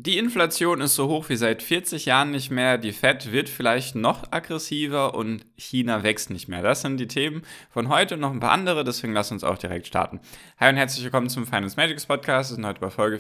Die Inflation ist so hoch wie seit 40 Jahren nicht mehr, die Fed wird vielleicht noch aggressiver und China wächst nicht mehr. Das sind die Themen von heute und noch ein paar andere, deswegen lass uns auch direkt starten. Hi und herzlich willkommen zum Finance Magics Podcast, wir sind heute bei Folge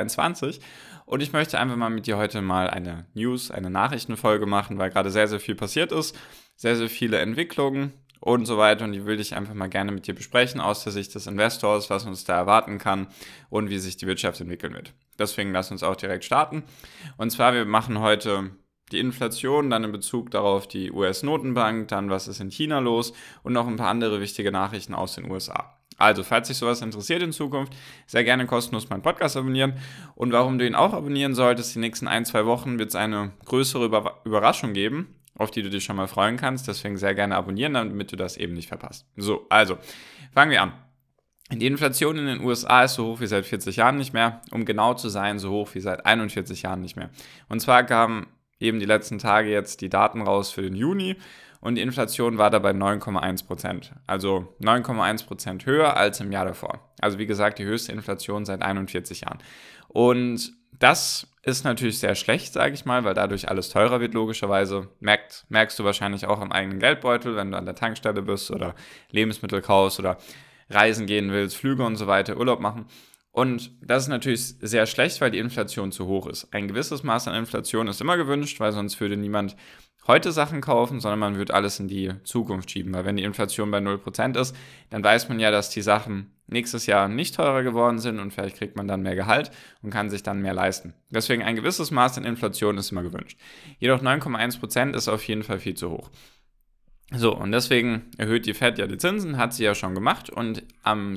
423 und ich möchte einfach mal mit dir heute mal eine Nachrichtenfolge machen, weil gerade sehr, sehr viel passiert ist, sehr, sehr viele Entwicklungen und so weiter und die will ich einfach mal gerne mit dir besprechen aus der Sicht des Investors, was uns da erwarten kann und wie sich die Wirtschaft entwickeln wird. Deswegen lass uns auch direkt starten. Und zwar, wir machen heute die Inflation, dann in Bezug darauf die US-Notenbank, dann was ist in China los und noch ein paar andere wichtige Nachrichten aus den USA. Also, falls dich sowas interessiert in Zukunft, sehr gerne kostenlos meinen Podcast abonnieren. Und warum du ihn auch abonnieren solltest, die nächsten 1-2 Wochen wird es eine größere Überraschung geben, auf die du dich schon mal freuen kannst. Deswegen sehr gerne abonnieren, damit du das eben nicht verpasst. So, also, fangen wir an. Die Inflation in den USA ist so hoch wie seit 40 Jahren nicht mehr, um genau zu sein, so hoch wie seit 41 Jahren nicht mehr. Und zwar kamen eben die letzten Tage jetzt die Daten raus für den Juni und die Inflation war dabei 9,1%. Also 9,1% höher als im Jahr davor. Also wie gesagt, die höchste Inflation seit 41 Jahren. Und das ist natürlich sehr schlecht, sage ich mal, weil dadurch alles teurer wird, logischerweise. Merkst du wahrscheinlich auch am eigenen Geldbeutel, wenn du an der Tankstelle bist oder Lebensmittel kaufst oder reisen gehen willst, Flüge und so weiter, Urlaub machen. Und das ist natürlich sehr schlecht, weil die Inflation zu hoch ist. Ein gewisses Maß an Inflation ist immer gewünscht, weil sonst würde niemand heute Sachen kaufen, sondern man würde alles in die Zukunft schieben. Weil wenn die Inflation bei 0% ist, dann weiß man ja, dass die Sachen nächstes Jahr nicht teurer geworden sind und vielleicht kriegt man dann mehr Gehalt und kann sich dann mehr leisten. Deswegen ein gewisses Maß an Inflation ist immer gewünscht. Jedoch 9,1% ist auf jeden Fall viel zu hoch. So, und deswegen erhöht die Fed ja die Zinsen, hat sie ja schon gemacht und am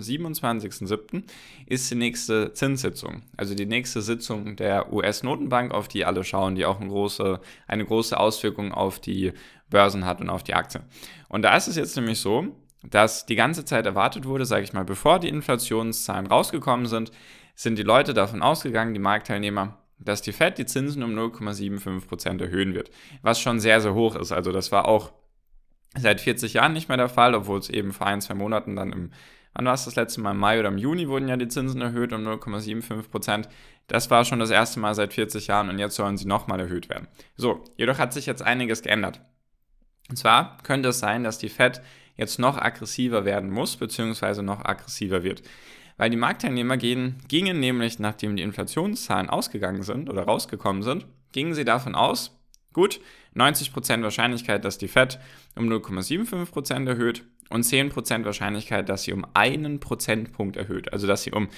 27.07. ist die nächste Zinssitzung, also die nächste Sitzung der US-Notenbank, auf die alle schauen, die auch eine große Auswirkung auf die Börsen hat und auf die Aktien. Und da ist es jetzt nämlich so, dass die ganze Zeit erwartet wurde, sage ich mal, bevor die Inflationszahlen rausgekommen sind die Leute davon ausgegangen, die Marktteilnehmer, dass die Fed die Zinsen um 0,75% erhöhen wird, was schon sehr, sehr hoch ist. Also das war auch seit 40 Jahren nicht mehr der Fall, obwohl es eben vor 1-2 Monaten dann wann war es das letzte Mal, im Mai oder im Juni wurden ja die Zinsen erhöht um 0,75%. Das war schon das erste Mal seit 40 Jahren und jetzt sollen sie nochmal erhöht werden. So, jedoch hat sich jetzt einiges geändert. Und zwar könnte es sein, dass die Fed jetzt noch aggressiver werden muss, beziehungsweise noch aggressiver wird. Weil die Marktteilnehmer gingen nämlich, nachdem die Inflationszahlen ausgegangen sind oder rausgekommen sind, gingen sie davon aus, gut, 90% Wahrscheinlichkeit, dass die Fed um 0,75% erhöht und 10% Wahrscheinlichkeit, dass sie um 1 Prozentpunkt erhöht, also dass sie um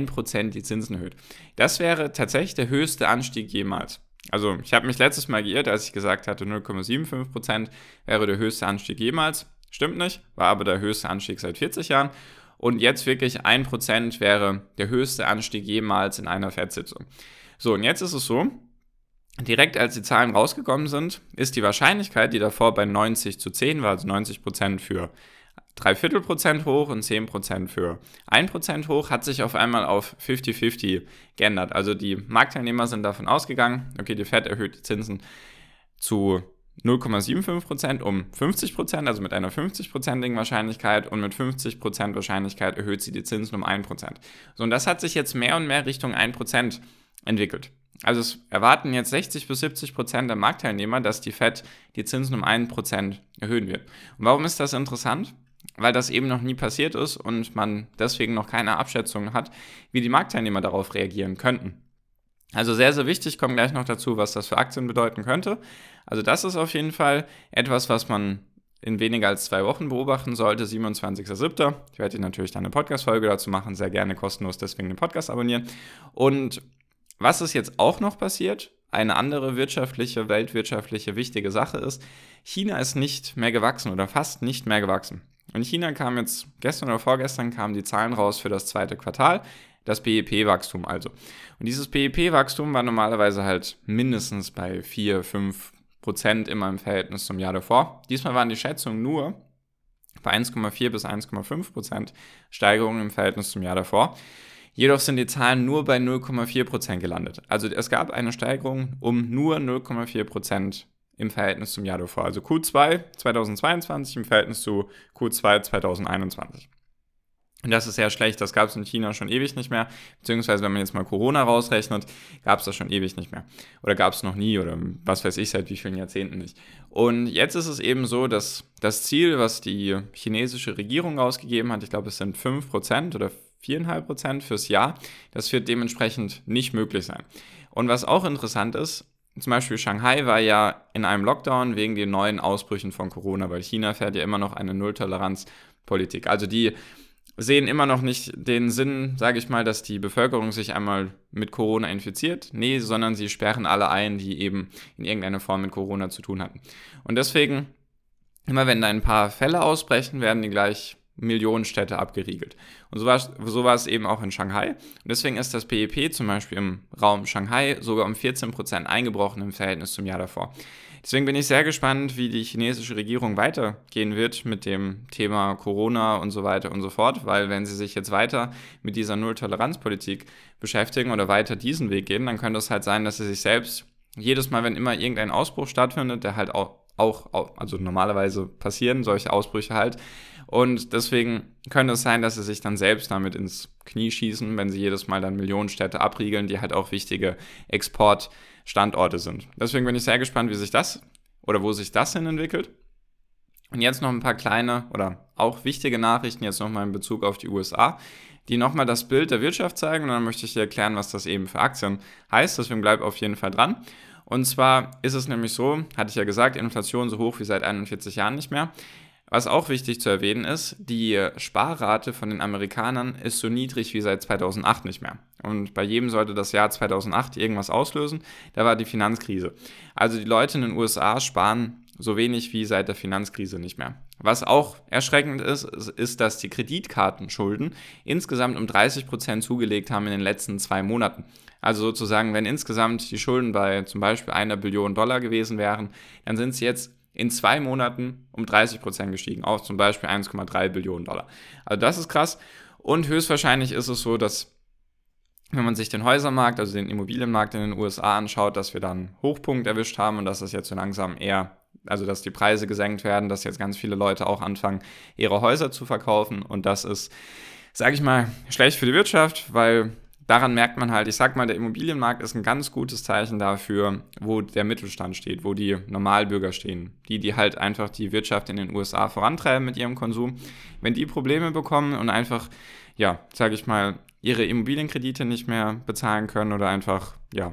1% die Zinsen erhöht. Das wäre tatsächlich der höchste Anstieg jemals. Also ich habe mich letztes Mal geirrt, als ich gesagt hatte, 0,75% wäre der höchste Anstieg jemals. Stimmt nicht, war aber der höchste Anstieg seit 40 Jahren. Und jetzt wirklich 1% wäre der höchste Anstieg jemals in einer Fed-Sitzung. So, und jetzt ist es so, direkt als die Zahlen rausgekommen sind, ist die Wahrscheinlichkeit, die davor bei 90:10 war, also 90% für 0,75% hoch und 10% für 1% hoch, hat sich auf einmal auf 50-50 geändert. Also die Marktteilnehmer sind davon ausgegangen, okay, die Fed erhöht die Zinsen zu 0,75% um 50%, also mit einer 50%igen Wahrscheinlichkeit und mit 50% Wahrscheinlichkeit erhöht sie die Zinsen um 1%. So, und das hat sich jetzt mehr und mehr Richtung 1% entwickelt. Also es erwarten jetzt 60-70% der Marktteilnehmer, dass die Fed die Zinsen um 1% erhöhen wird. Und warum ist das interessant? Weil das eben noch nie passiert ist und man deswegen noch keine Abschätzung hat, wie die Marktteilnehmer darauf reagieren könnten. Also sehr, sehr wichtig, kommen gleich noch dazu, was das für Aktien bedeuten könnte. Also das ist auf jeden Fall etwas, was man in weniger als 2 Wochen beobachten sollte, 27.07. Ich werde dir natürlich dann eine Podcast-Folge dazu machen, sehr gerne kostenlos, deswegen den Podcast abonnieren. Und was ist jetzt auch noch passiert? Eine andere weltwirtschaftliche wichtige Sache ist, China ist nicht mehr gewachsen oder fast nicht mehr gewachsen. In China kam jetzt gestern oder vorgestern kamen die Zahlen raus für das 2. Quartal, das BIP-Wachstum also. Und dieses BIP-Wachstum war normalerweise halt mindestens bei 4-5% immer im Verhältnis zum Jahr davor. Diesmal waren die Schätzungen nur bei 1,4 bis 1,5% Steigerung im Verhältnis zum Jahr davor. Jedoch sind die Zahlen nur bei 0,4% gelandet. Also es gab eine Steigerung um nur 0,4% im Verhältnis zum Jahr davor. Also Q2 2022 im Verhältnis zu Q2 2021. Und das ist sehr schlecht, das gab es in China schon ewig nicht mehr, beziehungsweise wenn man jetzt mal Corona rausrechnet, gab es das schon ewig nicht mehr. Oder gab es noch nie oder was weiß ich, seit wie vielen Jahrzehnten nicht. Und jetzt ist es eben so, dass das Ziel, was die chinesische Regierung ausgegeben hat, ich glaube es sind 5% oder 4,5% fürs Jahr, das wird dementsprechend nicht möglich sein. Und was auch interessant ist, zum Beispiel Shanghai war ja in einem Lockdown wegen den neuen Ausbrüchen von Corona, weil China fährt ja immer noch eine Nulltoleranzpolitik. Also die sehen immer noch nicht den Sinn, sage ich mal, dass die Bevölkerung sich einmal mit Corona infiziert. Nee, sondern sie sperren alle ein, die eben in irgendeiner Form mit Corona zu tun hatten. Und deswegen, immer wenn da ein paar Fälle ausbrechen, werden die gleich Millionenstädte abgeriegelt. Und so war es eben auch in Shanghai. Und deswegen ist das BIP zum Beispiel im Raum Shanghai sogar um 14% eingebrochen im Verhältnis zum Jahr davor. Deswegen bin ich sehr gespannt, wie die chinesische Regierung weitergehen wird mit dem Thema Corona und so weiter und so fort, weil wenn sie sich jetzt weiter mit dieser Null-Toleranz-Politik beschäftigen oder weiter diesen Weg gehen, dann könnte es halt sein, dass sie sich selbst jedes Mal, wenn immer irgendein Ausbruch stattfindet, der halt also normalerweise passieren solche Ausbrüche halt, und deswegen könnte es sein, dass sie sich dann selbst damit ins Knie schießen, wenn sie jedes Mal dann Millionenstädte abriegeln, die halt auch wichtige Exportstandorte sind. Deswegen bin ich sehr gespannt, wie sich das oder wo sich das hin entwickelt. Und jetzt noch ein paar kleine oder auch wichtige Nachrichten, jetzt nochmal in Bezug auf die USA, die nochmal das Bild der Wirtschaft zeigen, und dann möchte ich dir erklären, was das eben für Aktien heißt. Deswegen bleib auf jeden Fall dran. Und zwar ist es nämlich so, hatte ich ja gesagt, Inflation so hoch wie seit 41 Jahren nicht mehr. Was auch wichtig zu erwähnen ist, die Sparrate von den Amerikanern ist so niedrig wie seit 2008 nicht mehr. Und bei jedem sollte das Jahr 2008 irgendwas auslösen. Da war die Finanzkrise. Also die Leute in den USA sparen so wenig wie seit der Finanzkrise nicht mehr. Was auch erschreckend ist, dass die Kreditkartenschulden insgesamt um 30% zugelegt haben in den letzten 2 Monaten. Also sozusagen, wenn insgesamt die Schulden bei zum Beispiel $1 Billion gewesen wären, dann sind sie jetzt in 2 Monaten um 30% gestiegen, auf zum Beispiel $1,3 Billionen. Also das ist krass, und höchstwahrscheinlich ist es so, dass wenn man sich den Häusermarkt, also den Immobilienmarkt in den USA anschaut, dass wir dann einen Hochpunkt erwischt haben und dass es jetzt so langsam also dass die Preise gesenkt werden, dass jetzt ganz viele Leute auch anfangen, ihre Häuser zu verkaufen, und das ist, sage ich mal, schlecht für die Wirtschaft, weil daran merkt man halt, ich sag mal, der Immobilienmarkt ist ein ganz gutes Zeichen dafür, wo der Mittelstand steht, wo die Normalbürger stehen, die halt einfach die Wirtschaft in den USA vorantreiben mit ihrem Konsum. Wenn die Probleme bekommen und einfach, ja, sage ich mal, ihre Immobilienkredite nicht mehr bezahlen können oder einfach, ja,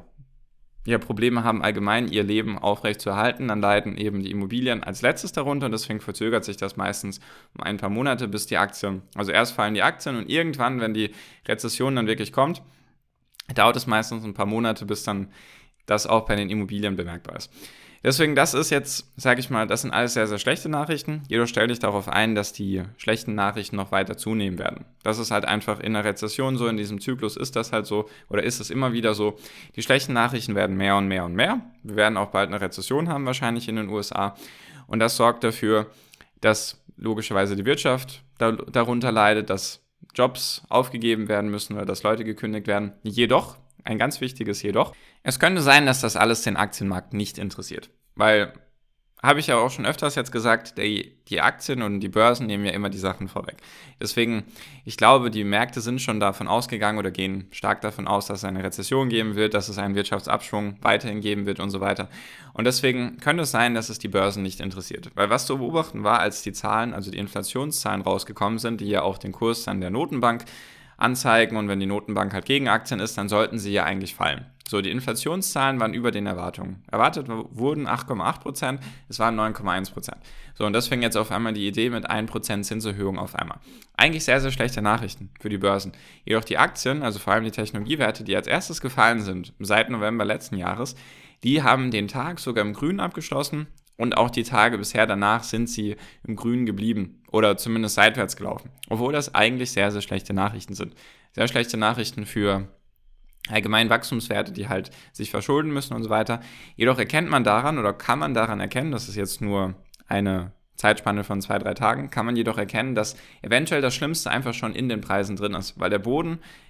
Probleme haben, allgemein ihr Leben aufrechtzuerhalten, dann leiden eben die Immobilien als letztes darunter, und deswegen verzögert sich das meistens um ein paar Monate, bis die Aktien, also erst fallen die Aktien und irgendwann, wenn die Rezession dann wirklich kommt, dauert es meistens ein paar Monate, bis dann das auch bei den Immobilien bemerkbar ist. Deswegen, das ist jetzt, sage ich mal, das sind alles sehr, sehr schlechte Nachrichten. Jedoch stell dich darauf ein, dass die schlechten Nachrichten noch weiter zunehmen werden. Das ist halt einfach in der Rezession so, in diesem Zyklus ist das halt so, oder ist es immer wieder so. Die schlechten Nachrichten werden mehr und mehr und mehr. Wir werden auch bald eine Rezession haben, wahrscheinlich in den USA. Und das sorgt dafür, dass logischerweise die Wirtschaft darunter leidet, dass Jobs aufgegeben werden müssen oder dass Leute gekündigt werden. Jedoch, ein ganz wichtiges Jedoch, es könnte sein, dass das alles den Aktienmarkt nicht interessiert. Weil, habe ich ja auch schon öfters jetzt gesagt, die Aktien und die Börsen nehmen ja immer die Sachen vorweg. Deswegen, ich glaube, die Märkte sind schon davon ausgegangen oder gehen stark davon aus, dass es eine Rezession geben wird, dass es einen Wirtschaftsabschwung weiterhin geben wird und so weiter. Und deswegen könnte es sein, dass es die Börsen nicht interessiert. Weil was zu beobachten war, als die Zahlen, also die Inflationszahlen rausgekommen sind, die ja auch den Kurs dann der Notenbank anzeigen, und wenn die Notenbank halt gegen Aktien ist, dann sollten sie ja eigentlich fallen. So, die Inflationszahlen waren über den Erwartungen. Erwartet wurden 8,8%, es waren 9,1%. So, und deswegen jetzt auf einmal die Idee mit 1% Zinserhöhung auf einmal. Eigentlich sehr, sehr schlechte Nachrichten für die Börsen. Jedoch die Aktien, also vor allem die Technologiewerte, die als erstes gefallen sind, seit November letzten Jahres, die haben den Tag sogar im Grün abgeschlossen. Und auch die Tage bisher danach sind sie im Grün geblieben oder zumindest seitwärts gelaufen. Obwohl das eigentlich sehr, sehr schlechte Nachrichten sind. Sehr schlechte Nachrichten für allgemein Wachstumswerte, die halt sich verschulden müssen und so weiter. Jedoch erkennt man daran oder kann man daran erkennen, das ist jetzt nur eine Zeitspanne von 2-3 Tagen, kann man jedoch erkennen, dass eventuell das Schlimmste einfach schon in den Preisen drin ist. Weil der Boden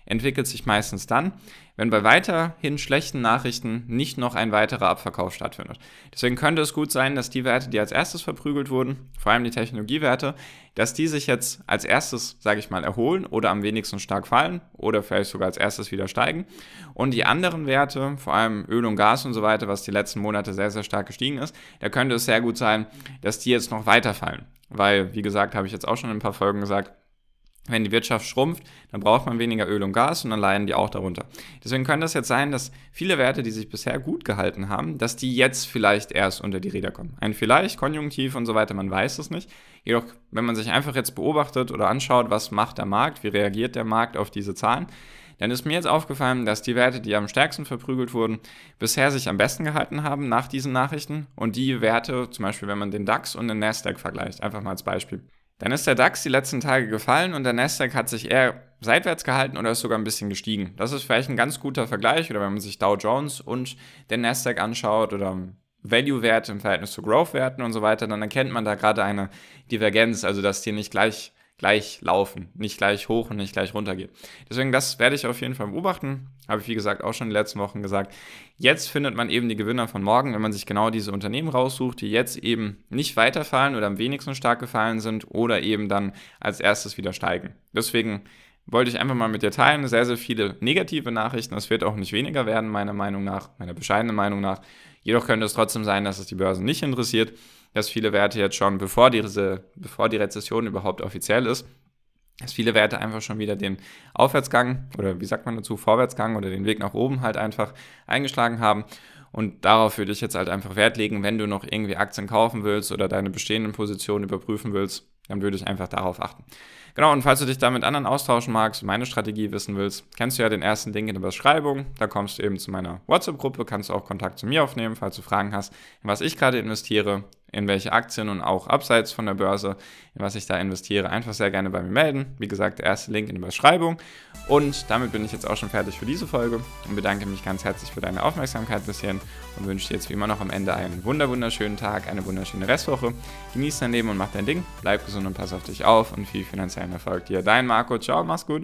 entwickelt sich meistens dann, wenn bei weiterhin schlechten Nachrichten nicht noch ein weiterer Abverkauf stattfindet. Deswegen könnte es gut sein, dass die Werte, die als erstes verprügelt wurden, vor allem die Technologiewerte, dass die sich jetzt als erstes, sage ich mal, erholen oder am wenigsten stark fallen oder vielleicht sogar als erstes wieder steigen. Und die anderen Werte, vor allem Öl und Gas und so weiter, was die letzten Monate sehr, sehr stark gestiegen ist, da könnte es sehr gut sein, dass die jetzt noch weiter fallen. Weil, wie gesagt, habe ich jetzt auch schon in ein paar Folgen gesagt, wenn die Wirtschaft schrumpft, dann braucht man weniger Öl und Gas und dann leiden die auch darunter. Deswegen könnte es jetzt sein, dass viele Werte, die sich bisher gut gehalten haben, dass die jetzt vielleicht erst unter die Räder kommen. Ein vielleicht, Konjunktiv und so weiter, man weiß es nicht. Jedoch, wenn man sich einfach jetzt beobachtet oder anschaut, was macht der Markt, wie reagiert der Markt auf diese Zahlen, dann ist mir jetzt aufgefallen, dass die Werte, die am stärksten verprügelt wurden, bisher sich am besten gehalten haben nach diesen Nachrichten. Und die Werte, zum Beispiel wenn man den DAX und den Nasdaq vergleicht, einfach mal als Beispiel. Dann ist der DAX die letzten Tage gefallen und der Nasdaq hat sich eher seitwärts gehalten oder ist sogar ein bisschen gestiegen. Das ist vielleicht ein ganz guter Vergleich, oder wenn man sich Dow Jones und den Nasdaq anschaut oder Value-Werte im Verhältnis zu Growth-Werten und so weiter, dann erkennt man da gerade eine Divergenz, also dass die nicht gleich laufen, nicht gleich hoch und nicht gleich runter geht. Deswegen, das werde ich auf jeden Fall beobachten. Habe ich, wie gesagt, auch schon in den letzten Wochen gesagt. Jetzt findet man eben die Gewinner von morgen, wenn man sich genau diese Unternehmen raussucht, die jetzt eben nicht weiterfallen oder am wenigsten stark gefallen sind oder eben dann als erstes wieder steigen. Deswegen wollte ich einfach mal mit dir teilen. Sehr, sehr viele negative Nachrichten. Es wird auch nicht weniger werden, meiner Meinung nach, meiner bescheidenen Meinung nach. Jedoch könnte es trotzdem sein, dass es die Börse nicht interessiert, dass viele Werte jetzt schon, bevor die Rezession überhaupt offiziell ist, dass viele Werte einfach schon wieder den Aufwärtsgang oder wie sagt man dazu, Vorwärtsgang oder den Weg nach oben halt einfach eingeschlagen haben. Und darauf würde ich jetzt halt einfach Wert legen, wenn du noch irgendwie Aktien kaufen willst oder deine bestehenden Positionen überprüfen willst, dann würde ich einfach darauf achten. Genau, und falls du dich da mit anderen austauschen magst und meine Strategie wissen willst, kennst du ja den ersten Link in der Beschreibung. Da kommst du eben zu meiner WhatsApp-Gruppe, kannst du auch Kontakt zu mir aufnehmen, falls du Fragen hast, in was ich gerade investiere, in welche Aktien und auch abseits von der Börse, in was ich da investiere, einfach sehr gerne bei mir melden. Wie gesagt, der erste Link in der Beschreibung. Und damit bin ich jetzt auch schon fertig für diese Folge und bedanke mich ganz herzlich für deine Aufmerksamkeit bis hierhin und wünsche dir jetzt wie immer noch am Ende einen wunderschönen Tag, eine wunderschöne Restwoche. Genieß dein Leben und mach dein Ding, bleib gesund und pass auf dich auf und viel finanziellen Erfolg dir. Dein Marco, ciao, mach's gut.